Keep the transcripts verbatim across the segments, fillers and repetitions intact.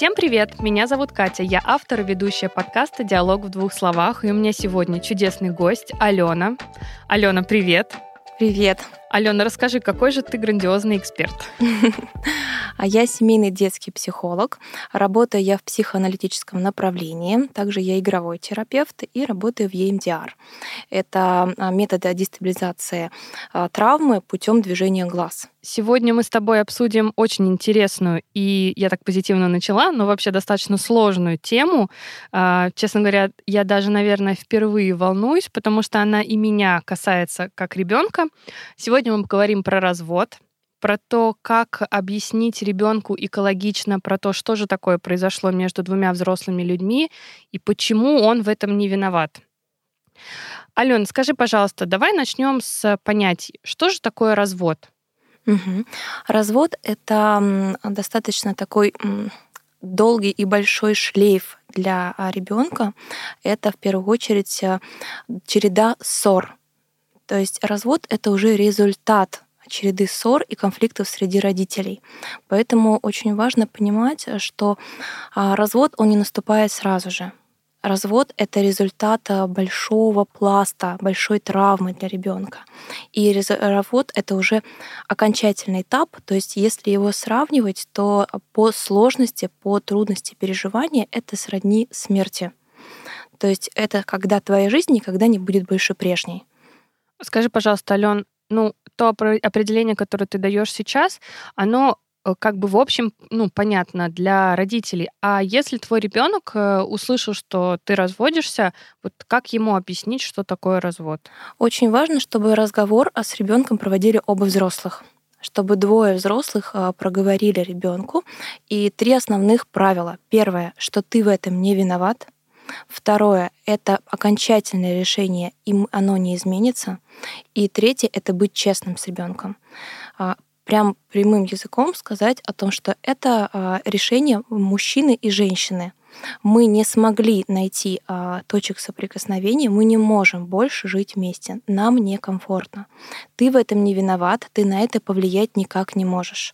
Всем привет! Меня зовут Катя, я автор и ведущая подкаста «Диалог в двух словах», и у меня сегодня чудесный гость Алена. Алена, привет! Привет! Алена, расскажи, какой же ты грандиозный эксперт? А я семейный детский психолог. Работаю я в психоаналитическом направлении. Также я игровой терапевт и работаю в и эм ди ар. Это методы дестабилизации травмы путем движения глаз. Сегодня мы с тобой обсудим очень интересную и, я так позитивно начала, но вообще достаточно сложную тему. Честно говоря, я даже, наверное, впервые волнуюсь, потому что она и меня касается как ребенка. Сегодня мы поговорим про развод, про то, как объяснить ребенку экологично, про то, что же такое произошло между двумя взрослыми людьми и почему он в этом не виноват. Алена, скажи, пожалуйста, давай начнем с понятий, что же такое развод? Угу. Развод — это достаточно такой долгий и большой шлейф для ребенка. Это в первую очередь череда ссор. То есть развод — это уже результат череды ссор и конфликтов среди родителей. Поэтому очень важно понимать, что развод, он не наступает сразу же. Развод — это результат большого пласта, большой травмы для ребенка. И развод — это уже окончательный этап. То есть если его сравнивать, то по сложности, по трудности переживания это сродни смерти. То есть это когда твоя жизнь никогда не будет больше прежней. Скажи, пожалуйста, Ален, ну, то определение, которое ты даешь сейчас, оно как бы в общем, ну, понятно для родителей. А если твой ребенок услышал, что ты разводишься, вот как ему объяснить, что такое развод? Очень важно, чтобы разговор с ребенком проводили оба взрослых, чтобы двое взрослых проговорили ребенку. И три основных правила. Первое, что ты в этом не виноват. Второе — это окончательное решение, им оно не изменится. И третье — это быть честным с ребенком. Прям прямым языком сказать о том, что это решение мужчины и женщины. Мы не смогли найти точек соприкосновения, мы не можем больше жить вместе, нам некомфортно. Ты в этом не виноват, ты на это повлиять никак не можешь.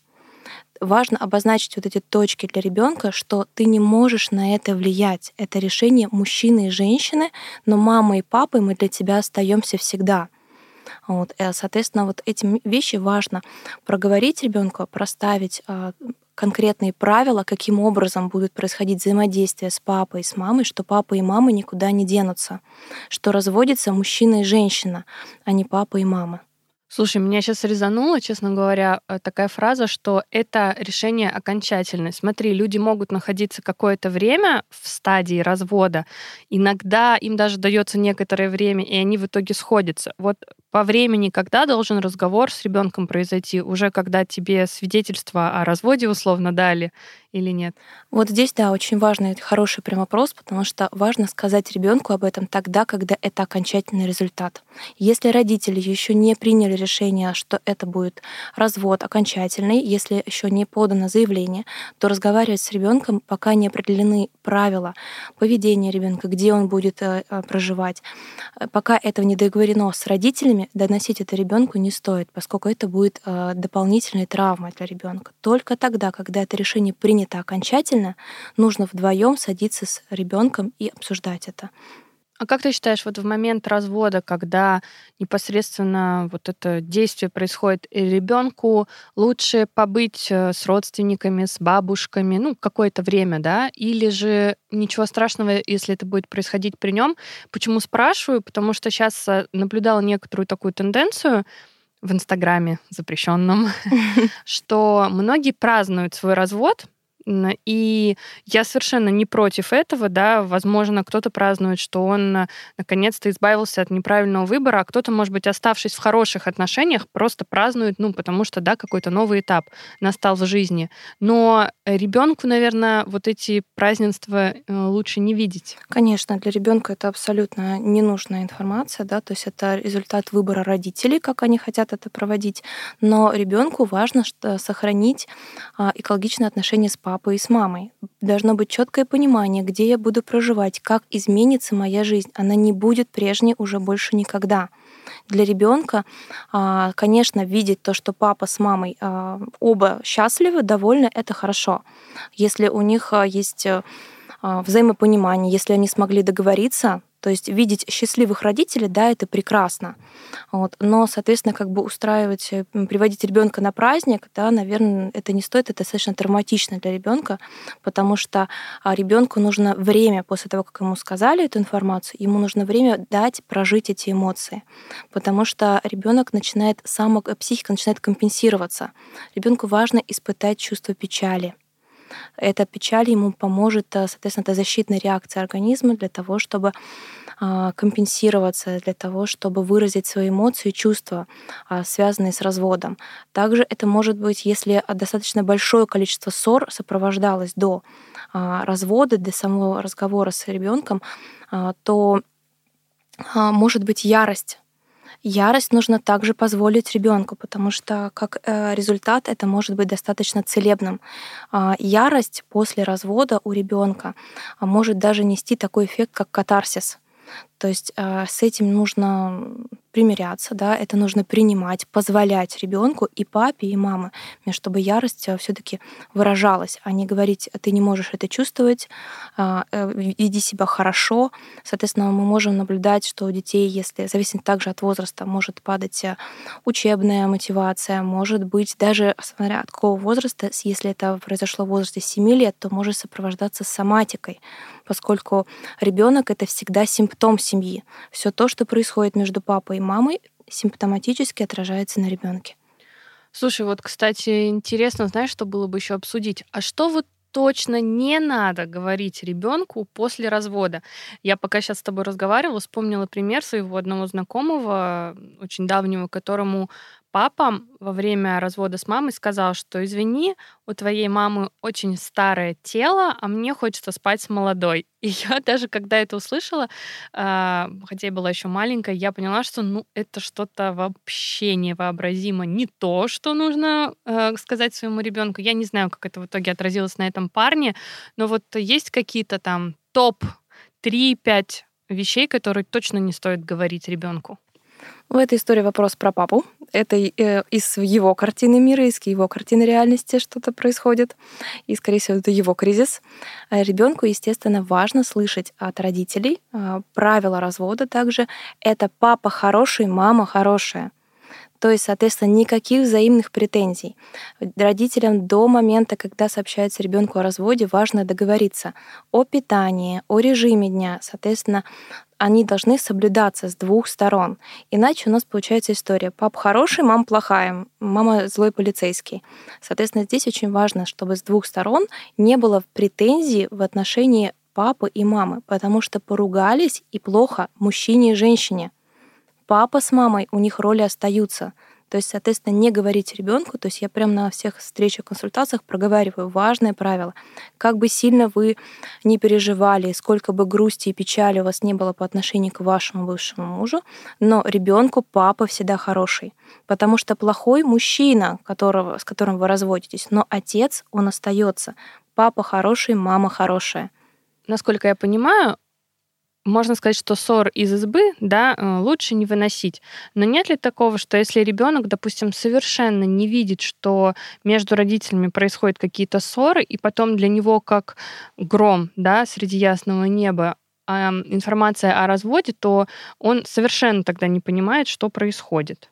Важно обозначить вот эти точки для ребенка, что ты не можешь на это влиять. Это решение мужчины и женщины, но мама и папа, мы для тебя остаемся всегда. Вот. Соответственно, вот эти вещи важно проговорить ребенку, проставить конкретные правила, каким образом будут происходить взаимодействия с папой и с мамой, что папа и мама никуда не денутся, что разводятся мужчина и женщина, а не папа и мама. Слушай, меня сейчас резанула, честно говоря, такая фраза, что это решение окончательное. Смотри, люди могут находиться какое-то время в стадии развода. Иногда им даже дается некоторое время, и они в итоге сходятся. Вот по времени, когда должен разговор с ребенком произойти? Уже когда тебе свидетельство о разводе условно дали или нет? Вот здесь, да, очень важный, хороший прям вопрос, потому что важно сказать ребенку об этом тогда, когда это окончательный результат. Если родители еще не приняли решение, что это будет развод окончательный, если еще не подано заявление, то разговаривать с ребенком, пока не определены правила поведения ребенка, где он будет проживать, пока этого не договорено с родителями, доносить это ребенку не стоит, поскольку это будет дополнительной травмой для ребенка. Только тогда, когда это решение принято окончательно, нужно вдвоем садиться с ребенком и обсуждать это. А как ты считаешь, вот в момент развода, когда непосредственно вот это действие происходит, и ребенку лучше побыть с родственниками, с бабушками, ну, какое-то время, да, или же ничего страшного, если это будет происходить при нем? Почему спрашиваю? Потому что сейчас наблюдала некоторую такую тенденцию в Инстаграме запрещенном, что многие празднуют свой развод. И я совершенно не против этого, да, возможно, кто-то празднует, что он наконец-то избавился от неправильного выбора, а кто-то, может быть, оставшись в хороших отношениях, просто празднует, ну, потому что, да, какой-то новый этап настал в жизни. Но ребенку, наверное, вот эти празднества лучше не видеть. Конечно, для ребенка это абсолютно ненужная информация, да, то есть это результат выбора родителей, как они хотят это проводить, но ребенку важно сохранить экологичные отношения с папой и с мамой. Должно быть четкое понимание, где я буду проживать, как изменится моя жизнь. Она не будет прежней уже больше никогда. Для ребенка, конечно, видеть то, что папа с мамой оба счастливы, довольны, это хорошо. Если у них есть взаимопонимание, если они смогли договориться, то есть видеть счастливых родителей, да, это прекрасно. Вот. Но, соответственно, как бы устраивать, приводить ребенка на праздник, да, наверное, это не стоит, это достаточно травматично для ребенка, потому что ребенку нужно время после того, как ему сказали эту информацию, ему нужно время дать прожить эти эмоции, потому что ребенок начинает, сама психика начинает компенсироваться. Ребенку важно испытать чувство печали. Эта печаль ему поможет, соответственно, это защитная реакция организма для того, чтобы компенсироваться, для того, чтобы выразить свои эмоции и чувства, связанные с разводом. Также это может быть, если достаточно большое количество ссор сопровождалось до развода, до самого разговора с ребенком, то может быть ярость. Ярость нужно также позволить ребенку, потому что как результат это может быть достаточно целебным. Ярость после развода у ребенка может даже нести такой эффект, как катарсис. То есть с этим нужно примиряться, да, это нужно принимать, позволять ребенку и папе, и маме, чтобы ярость все-таки выражалась, а не говорить, ты не можешь это чувствовать, веди себя хорошо. Соответственно, мы можем наблюдать, что у детей, если зависит также от возраста, может падать учебная мотивация, может быть, даже смотря от какого возраста, если это произошло в возрасте семи лет, то может сопровождаться соматикой, поскольку ребенок это всегда симптом семьи. Все то, что происходит между папой и мамой, симптоматически отражается на ребенке. Слушай, вот, кстати, интересно, знаешь, что было бы еще обсудить? А что вот точно не надо говорить ребенку после развода? Я пока сейчас с тобой разговаривала, вспомнила пример своего одного знакомого, очень давнего, которому папа во время развода с мамой сказал, что извини, у твоей мамы очень старое тело, а мне хочется спать с молодой. И я даже, когда это услышала, а, хотя я была еще маленькая, я поняла, что ну это что-то вообще невообразимо. Не то, что нужно э, сказать своему ребенку. Я не знаю, как это в итоге отразилось на этом парне, но вот есть какие-то там топ три-пять вещей, которые точно не стоит говорить ребенку. В этой истории вопрос про папу. Это из его картины мира, из его картины реальности что-то происходит. И, скорее всего, это его кризис. Ребенку, естественно, важно слышать от родителей правила развода также. Это папа хороший, мама хорошая. То есть, соответственно, никаких взаимных претензий. Родителям до момента, когда сообщается ребенку о разводе, важно договориться о питании, о режиме дня. Соответственно, они должны соблюдаться с двух сторон. Иначе у нас получается история: папа хороший, мама плохая, мама злой полицейский. Соответственно, здесь очень важно, чтобы с двух сторон не было претензий в отношении папы и мамы, потому что поругались и плохо мужчине и женщине. Папа с мамой, у них роли остаются. То есть, соответственно, не говорить ребенку. То есть я прямо на всех встречах, консультациях проговариваю важное правило. Как бы сильно вы не переживали, сколько бы грусти и печали у вас не было по отношению к вашему бывшему мужу, но ребенку папа всегда хороший. Потому что плохой мужчина, которого, с которым вы разводитесь, но отец, он остается. Папа хороший, мама хорошая. Насколько я понимаю, можно сказать, что ссор из избы, да, лучше не выносить. Но нет ли такого, что если ребенок, допустим, совершенно не видит, что между родителями происходят какие-то ссоры, и потом для него как гром, да, среди ясного неба, а информация о разводе, то он совершенно тогда не понимает, что происходит?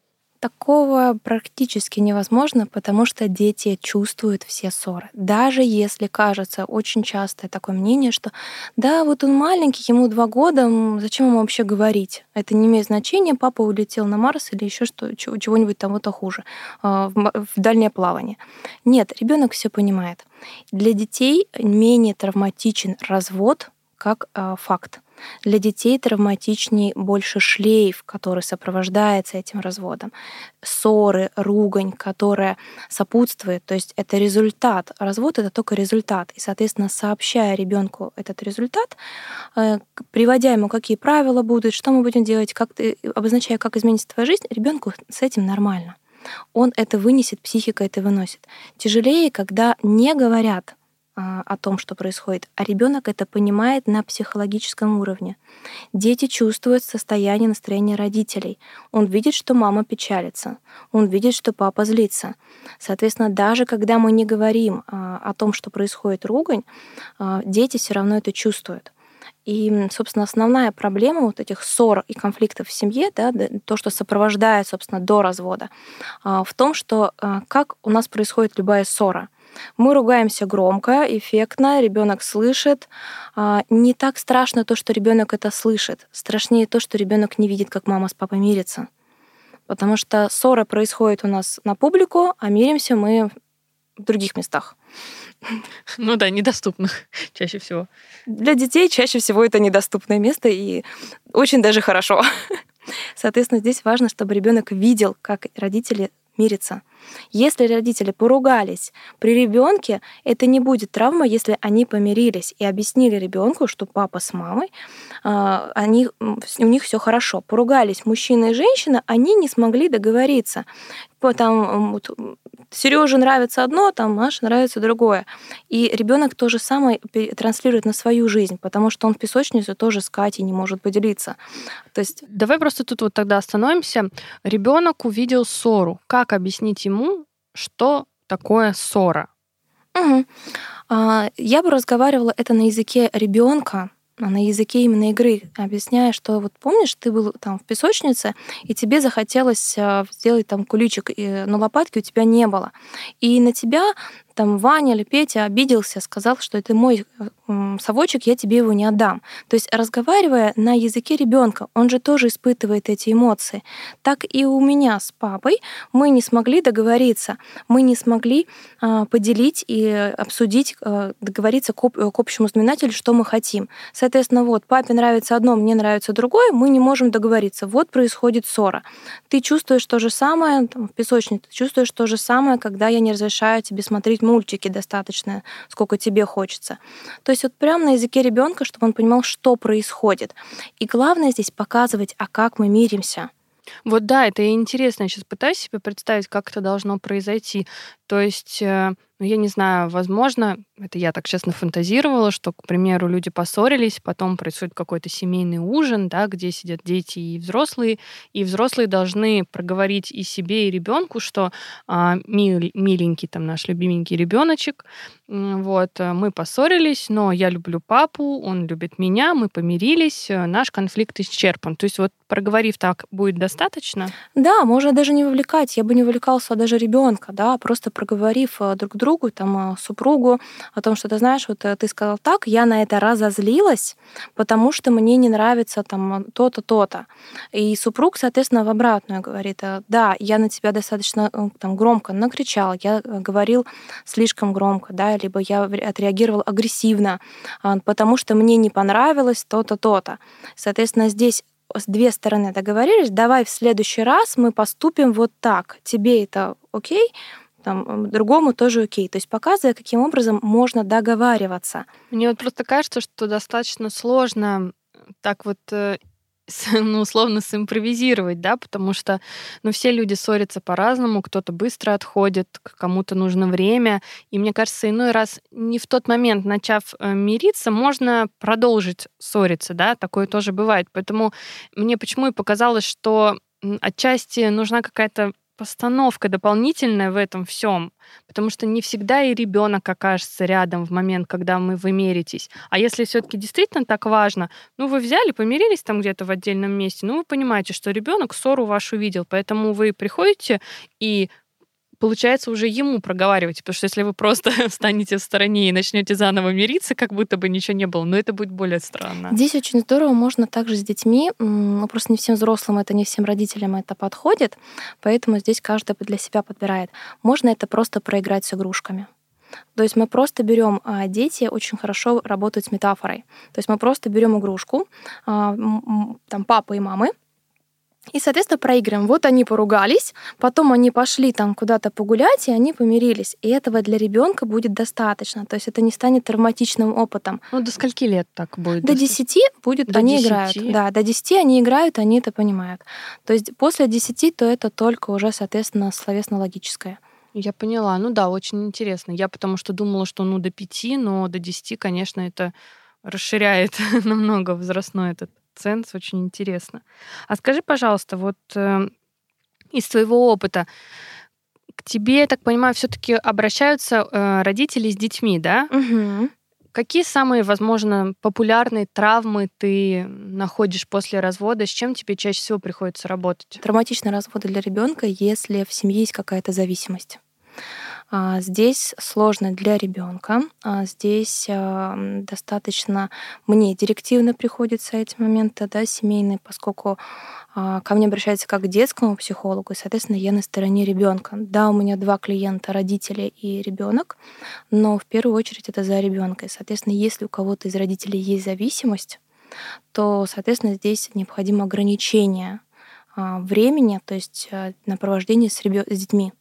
Такого практически невозможно, потому что дети чувствуют все ссоры. Даже если кажется, очень частое такое мнение, что да, вот он маленький, ему два года, зачем ему вообще говорить? Это не имеет значения, папа улетел на Марс или еще что, чего-нибудь там-то хуже, в дальнее плавание. Нет, ребенок все понимает. Для детей менее травматичен развод как факт. Для детей травматичнее больше шлейф, который сопровождается этим разводом. Ссоры, ругань, которая сопутствует. То есть это результат. Развод — это только результат. И, соответственно, сообщая ребенку этот результат, приводя ему, какие правила будут, что мы будем делать, как ты, обозначая, как изменится твоя жизнь, ребенку с этим нормально. Он это вынесет, психика это выносит. Тяжелее, когда не говорят а, о том, что происходит, а ребенок это понимает на психологическом уровне. Дети чувствуют состояние, настроение родителей. Он видит, что мама печалится, он видит, что папа злится. Соответственно, даже когда мы не говорим а, о том, что происходит ругань, а, дети все равно это чувствуют. И, собственно, основная проблема вот этих ссор и конфликтов в семье, да, то, что сопровождает, собственно, до развода, а, в том, что а, как у нас происходит любая ссора. Мы ругаемся громко, эффектно, ребенок слышит. А, Не так страшно то, что ребенок это слышит. Страшнее то, что ребенок не видит, как мама с папой мирятся. Потому что ссора происходит у нас на публику, а миримся мы в других местах. Ну да, недоступных чаще всего. Для детей чаще всего это недоступное место, и очень даже хорошо. Соответственно, здесь важно, чтобы ребенок видел, как родители мирятся. Если родители поругались при ребенке, это не будет травма, если они помирились и объяснили ребенку, что папа с мамой, а, они, у них все хорошо. Поругались мужчина и женщина, они не смогли договориться. Там вот, Сереже нравится одно, там Маше нравится другое. И ребенок то же самое транслирует на свою жизнь, потому что он в песочнице тоже с Катей не может поделиться. То есть... Давай просто тут вот тогда остановимся. Ребенок увидел ссору. Как объяснить ему, что такое ссора? Угу. Я бы разговаривала это на языке ребенка, на языке именно игры, объясняя, что вот помнишь, ты был там в песочнице, и тебе захотелось сделать там куличик, но лопатки у тебя не было. И на тебя там Ваня или Петя обиделся, сказал, что это мой совочек, я тебе его не отдам. То есть разговаривая на языке ребенка, он же тоже испытывает эти эмоции. Так и у меня с папой мы не смогли договориться, мы не смогли а, поделить и обсудить, а, договориться к, об, к общему знаменателю, что мы хотим. Соответственно, вот папе нравится одно, мне нравится другое, мы не можем договориться. Вот происходит ссора. Ты чувствуешь то же самое там, в песочнице, ты чувствуешь то же самое, когда я не разрешаю тебе смотреть мультики достаточно, сколько тебе хочется. То есть вот прямо на языке ребенка, чтобы он понимал, что происходит. И главное здесь показывать, а как мы миримся. Вот да, это интересно. Я сейчас пытаюсь себе представить, как это должно произойти. То есть, ну, я не знаю, возможно, это я так честно фантазировала, что, к примеру, люди поссорились, потом происходит какой-то семейный ужин, да, где сидят дети и взрослые, и взрослые должны проговорить и себе, и ребенку, что а, мил, миленький там наш любименький ребеночек, вот, мы поссорились, но я люблю папу, он любит меня, мы помирились, наш конфликт исчерпан. То есть вот проговорив так, будет достаточно? Да, можно даже не вовлекать, я бы не вовлекался даже ребенка, да, просто проговорив друг другу, там, супругу о том, что ты знаешь, вот ты сказал так, я на это разозлилась, потому что мне не нравится там то-то, то-то. И супруг, соответственно, в обратную говорит, да, я на тебя достаточно там громко накричал, я говорил слишком громко, да, либо я отреагировал агрессивно, потому что мне не понравилось то-то, то-то. Соответственно, здесь с две стороны договорились, давай в следующий раз мы поступим вот так. Тебе это окей, там, другому тоже окей. То есть показывая, каким образом можно договариваться. Мне вот просто кажется, что достаточно сложно так вот ну, условно симпровизировать, да, потому что, ну, все люди ссорятся по-разному, кто-то быстро отходит, кому-то нужно время, и мне кажется, иной раз не в тот момент, начав мириться, можно продолжить ссориться, да, такое тоже бывает, поэтому мне почему и показалось, что отчасти нужна какая-то постановка дополнительная в этом всем, потому что не всегда и ребенок окажется рядом в момент, когда мы вы миритесь. А если все-таки действительно так важно, ну вы взяли, помирились там где-то в отдельном месте, ну вы понимаете, что ребенок ссору вашу видел, поэтому вы приходите и получается уже ему проговаривать, потому что если вы просто встанете в стороне и начнете заново мириться, как будто бы ничего не было, но это будет более странно. Здесь очень здорово, можно также с детьми, ну просто не всем взрослым это, не всем родителям это подходит, поэтому здесь каждый для себя подбирает. Можно это просто проиграть с игрушками. То есть мы просто берем, дети очень хорошо работают с метафорой. То есть мы просто берем игрушку, там папы и мамы, и, соответственно, проигрываем. Вот они поругались, потом они пошли там куда-то погулять, и они помирились. И этого для ребенка будет достаточно. То есть это не станет травматичным опытом. Ну, до скольки лет так будет? До десяти будет, до они десяти? Играют. Да, до десяти они играют, они это понимают. То есть после десяти, то это только уже, соответственно, словесно-логическое. Я поняла. Ну да, очень интересно. Я потому что думала, что ну до пяти, но до десяти, конечно, это расширяет намного возрастной этот ценз. Очень интересно. А скажи, пожалуйста, вот э, из твоего опыта к тебе, я так понимаю, все-таки обращаются э, родители с детьми, да? Мгм. Какие самые, возможно, популярные травмы ты находишь после развода? С чем тебе чаще всего приходится работать? Травматичные разводы для ребенка, если в семье есть какая-то зависимость. А, Здесь сложно для ребенка. Здесь а, м, достаточно мне директивно приходится эти моменты, да, семейные, поскольку а, ко мне обращаются как к детскому психологу, и, соответственно, я на стороне ребенка. Да, у меня два клиента, родители и ребенок, но в первую очередь это за ребенка. И, соответственно, если у кого-то из родителей есть зависимость, то, соответственно, здесь необходимо ограничение а, времени, то есть а, на провождение с, ребё- с детьми.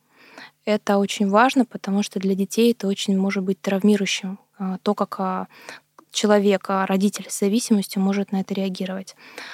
Это очень важно, потому что для детей это очень может быть травмирующим. а, То, как а, человек, а, родитель с зависимостью может на это реагировать.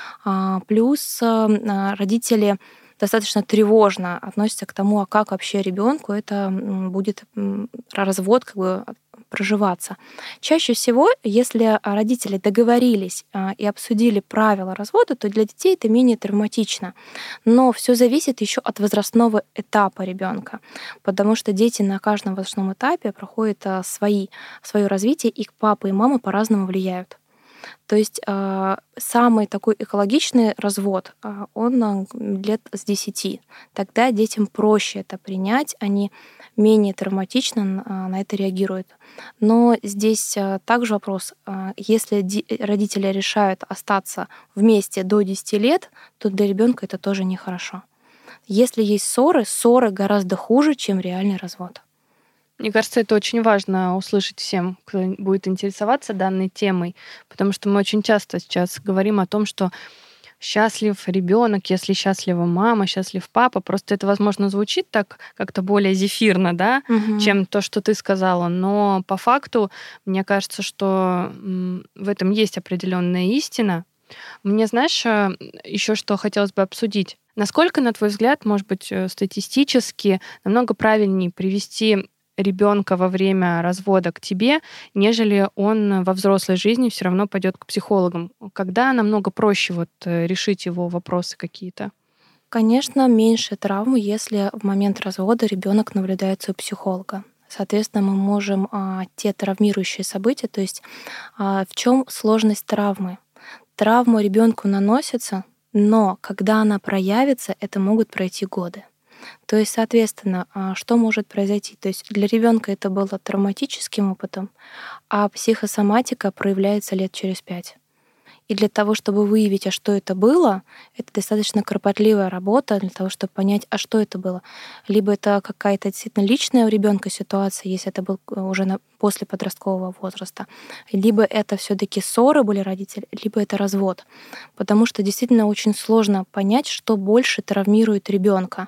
А, Плюс а, а, родители достаточно тревожно относятся к тому, а как вообще ребенку это м, будет м, развод как бы проживаться. Чаще всего, если а, родители договорились а, и обсудили правила развода, то для детей это менее травматично. Но все зависит еще от возрастного этапа ребенка, потому что дети на каждом возрастном этапе проходят а, свои, свое развитие, их папа и мама по-разному влияют. То есть а, самый такой экологичный развод, а, он а, лет с десяти. Тогда детям проще это принять, они менее травматично н- а, на это реагируют. Но здесь а, также вопрос, а, если ди- родители решают остаться вместе до десяти лет, то для ребенка это тоже нехорошо. Если есть ссоры, ссоры гораздо хуже, чем реальный развод. Мне кажется, это очень важно услышать всем, кто будет интересоваться данной темой, потому что мы очень часто сейчас говорим о том, что счастлив ребенок, если счастлива мама, счастлив папа. Просто это, возможно, звучит так как-то более зефирно, да, Мгм. чем то, что ты сказала. Но по факту, мне кажется, что м, в этом есть определенная истина. Мне, знаешь, еще что хотелось бы обсудить. Насколько, на твой взгляд, может быть, э, статистически намного правильнее привести ребенка во время развода к тебе, нежели он во взрослой жизни все равно пойдет к психологам? Когда намного проще вот э, решить его вопросы какие-то? Конечно, меньше травм, если в момент развода ребенок наблюдается у психолога. Соответственно, мы можем а, те травмирующие события, то есть а, в чем сложность травмы? Травма ребенку наносится, но когда она проявится, это могут пройти годы. То есть, соответственно, а, что может произойти? То есть для ребенка это было травматическим опытом, а психосоматика проявляется лет через пять. И для того, чтобы выявить, а что это было, это достаточно кропотливая работа для того, чтобы понять, а что это было. Либо это какая-то действительно личная у ребенка ситуация, если это был э, уже на, после подросткового возраста, либо это все-таки ссоры были родителей, либо это развод. Потому что действительно очень сложно понять, что больше травмирует ребенка.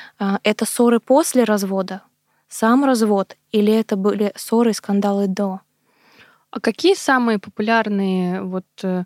Это ссоры после развода, сам развод, или это были ссоры и скандалы до. А какие самые популярные вот э,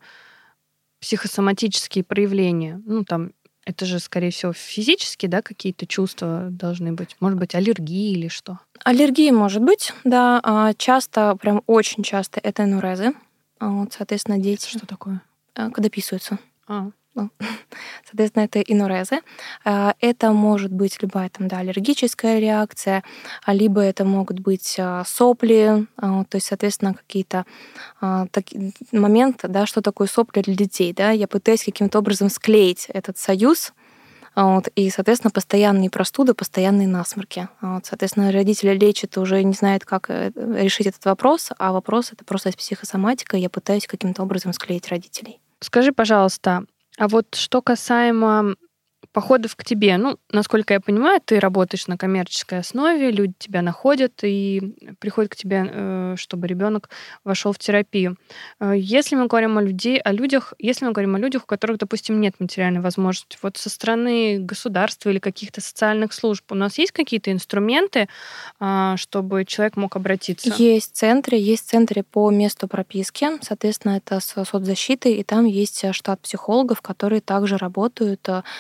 психосоматические проявления? Ну, там, это же, скорее всего, физические, да, какие-то чувства должны быть. Может быть, аллергии или что? Аллергия может быть, да. а, Часто, прям очень часто это энурезы. А Вот, соответственно, Это дети, что такое? а, когда писаются. А, Ну, соответственно, это инурезы. А, Это может быть любая там, да, аллергическая реакция, а, либо это могут быть а, сопли, а, вот, то есть, соответственно, какие-то а, таки- моменты, да, что такое сопли для детей, да, я пытаюсь каким-то образом склеить этот союз, а, вот, и, соответственно, постоянные простуды, постоянные насморки. А, Вот, соответственно, родители лечат, уже не знают, как э, решить этот вопрос, а вопрос это просто психосоматика, и я пытаюсь каким-то образом склеить родителей. скажи, пожалуйста, а вот что касаемо походов к тебе, ну, насколько я понимаю, ты работаешь на коммерческой основе, люди тебя находят и приходят к тебе, э, чтобы ребенок вошел в терапию. Э, Если мы говорим о людей, о людях, если мы говорим о людях, у которых, допустим, нет материальной возможности, вот со стороны государства или каких-то социальных служб, у нас есть какие-то инструменты, а, чтобы человек мог обратиться? Есть центры, есть центры по месту прописки, соответственно, это с соцзащитой, и там есть э, штат психологов, которые также работают э, на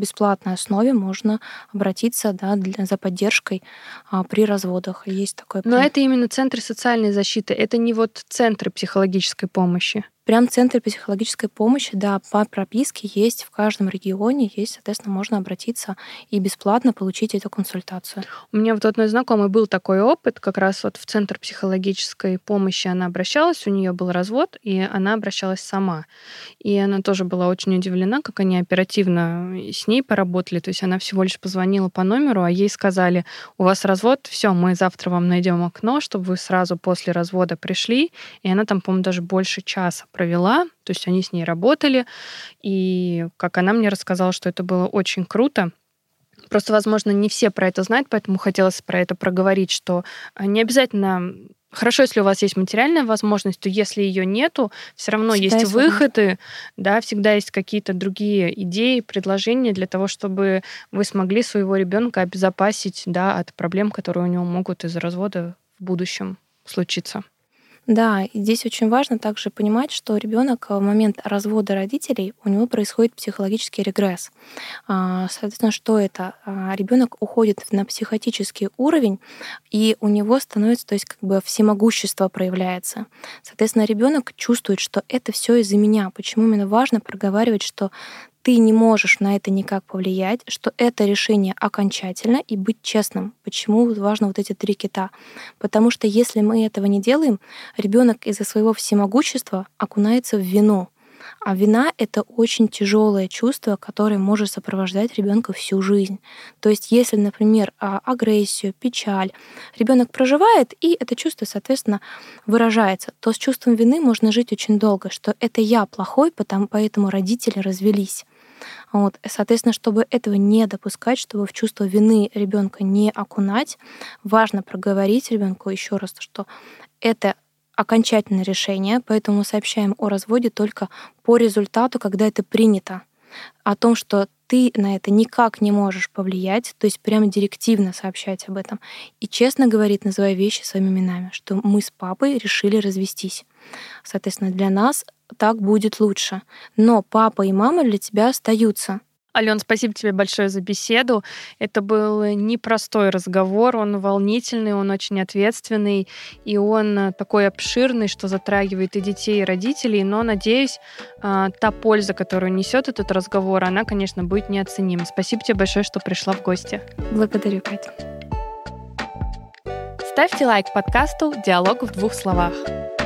бесплатной основе можно обратиться, да, для, за поддержкой а, при разводах. Есть такое. Но это именно центры социальной защиты, это не вот центры психологической помощи. Прям центр психологической помощи, да, по прописке есть в каждом регионе, есть, соответственно, можно обратиться и бесплатно получить эту консультацию. У меня вот у одной знакомой был такой опыт, как раз вот в центр психологической помощи она обращалась, у нее был развод, и она обращалась сама. И она тоже была очень удивлена, как они оперативно с ней поработали. То есть она всего лишь позвонила по номеру, а ей сказали: у вас развод, все, мы завтра вам найдем окно, чтобы вы сразу после развода пришли. И она там, по-моему, даже больше часа провела, то есть они с ней работали, и как она мне рассказала, что это было очень круто. Просто, возможно, не все про это знают, поэтому хотелось про это проговорить, что не обязательно хорошо, если у вас есть материальная возможность, то если ее нету, все равно всегда есть выходы, да, всегда есть какие-то другие идеи, предложения для того, чтобы вы смогли своего ребенка обезопасить, да, от проблем, которые у него могут из-за развода в будущем случиться. Да, и здесь очень важно также понимать, что ребенок в момент развода родителей, у него происходит психологический регресс. Соответственно, что это? Ребенок уходит на психотический уровень, и у него становится, то есть как бы всемогущество проявляется. Соответственно, ребенок чувствует, что это все из-за меня. Почему именно важно проговаривать, что ты не можешь на это никак повлиять, что это решение окончательно, и быть честным. Почему важно вот эти три кита? Потому что если мы этого не делаем, ребенок из-за своего всемогущества окунается в вину. А вина — это очень тяжелое чувство, которое может сопровождать ребенка всю жизнь. То есть, если, например, агрессию, печаль ребенок проживает, и это чувство, соответственно, выражается, то с чувством вины можно жить очень долго, что это я плохой, потому, поэтому родители развелись. Вот. Соответственно, чтобы этого не допускать, чтобы в чувство вины ребенка не окунать, важно проговорить ребенку еще раз, что это окончательное решение, поэтому мы сообщаем о разводе только по результату, когда это принято. О том, что ты на это никак не можешь повлиять, то есть прямо директивно сообщать об этом. И честно говорить, называя вещи своими именами, что мы с папой решили развестись. Соответственно, для нас так будет лучше. Но папа и мама для тебя остаются. Алён, спасибо тебе большое за беседу. Это был непростой разговор, он волнительный, он очень ответственный, и он такой обширный, что затрагивает и детей, и родителей, но, надеюсь, та польза, которую несет этот разговор, она, конечно, будет неоценима. Спасибо тебе большое, что пришла в гости. Благодарю, Катя. Ставьте лайк подкасту «Диалог в двух словах».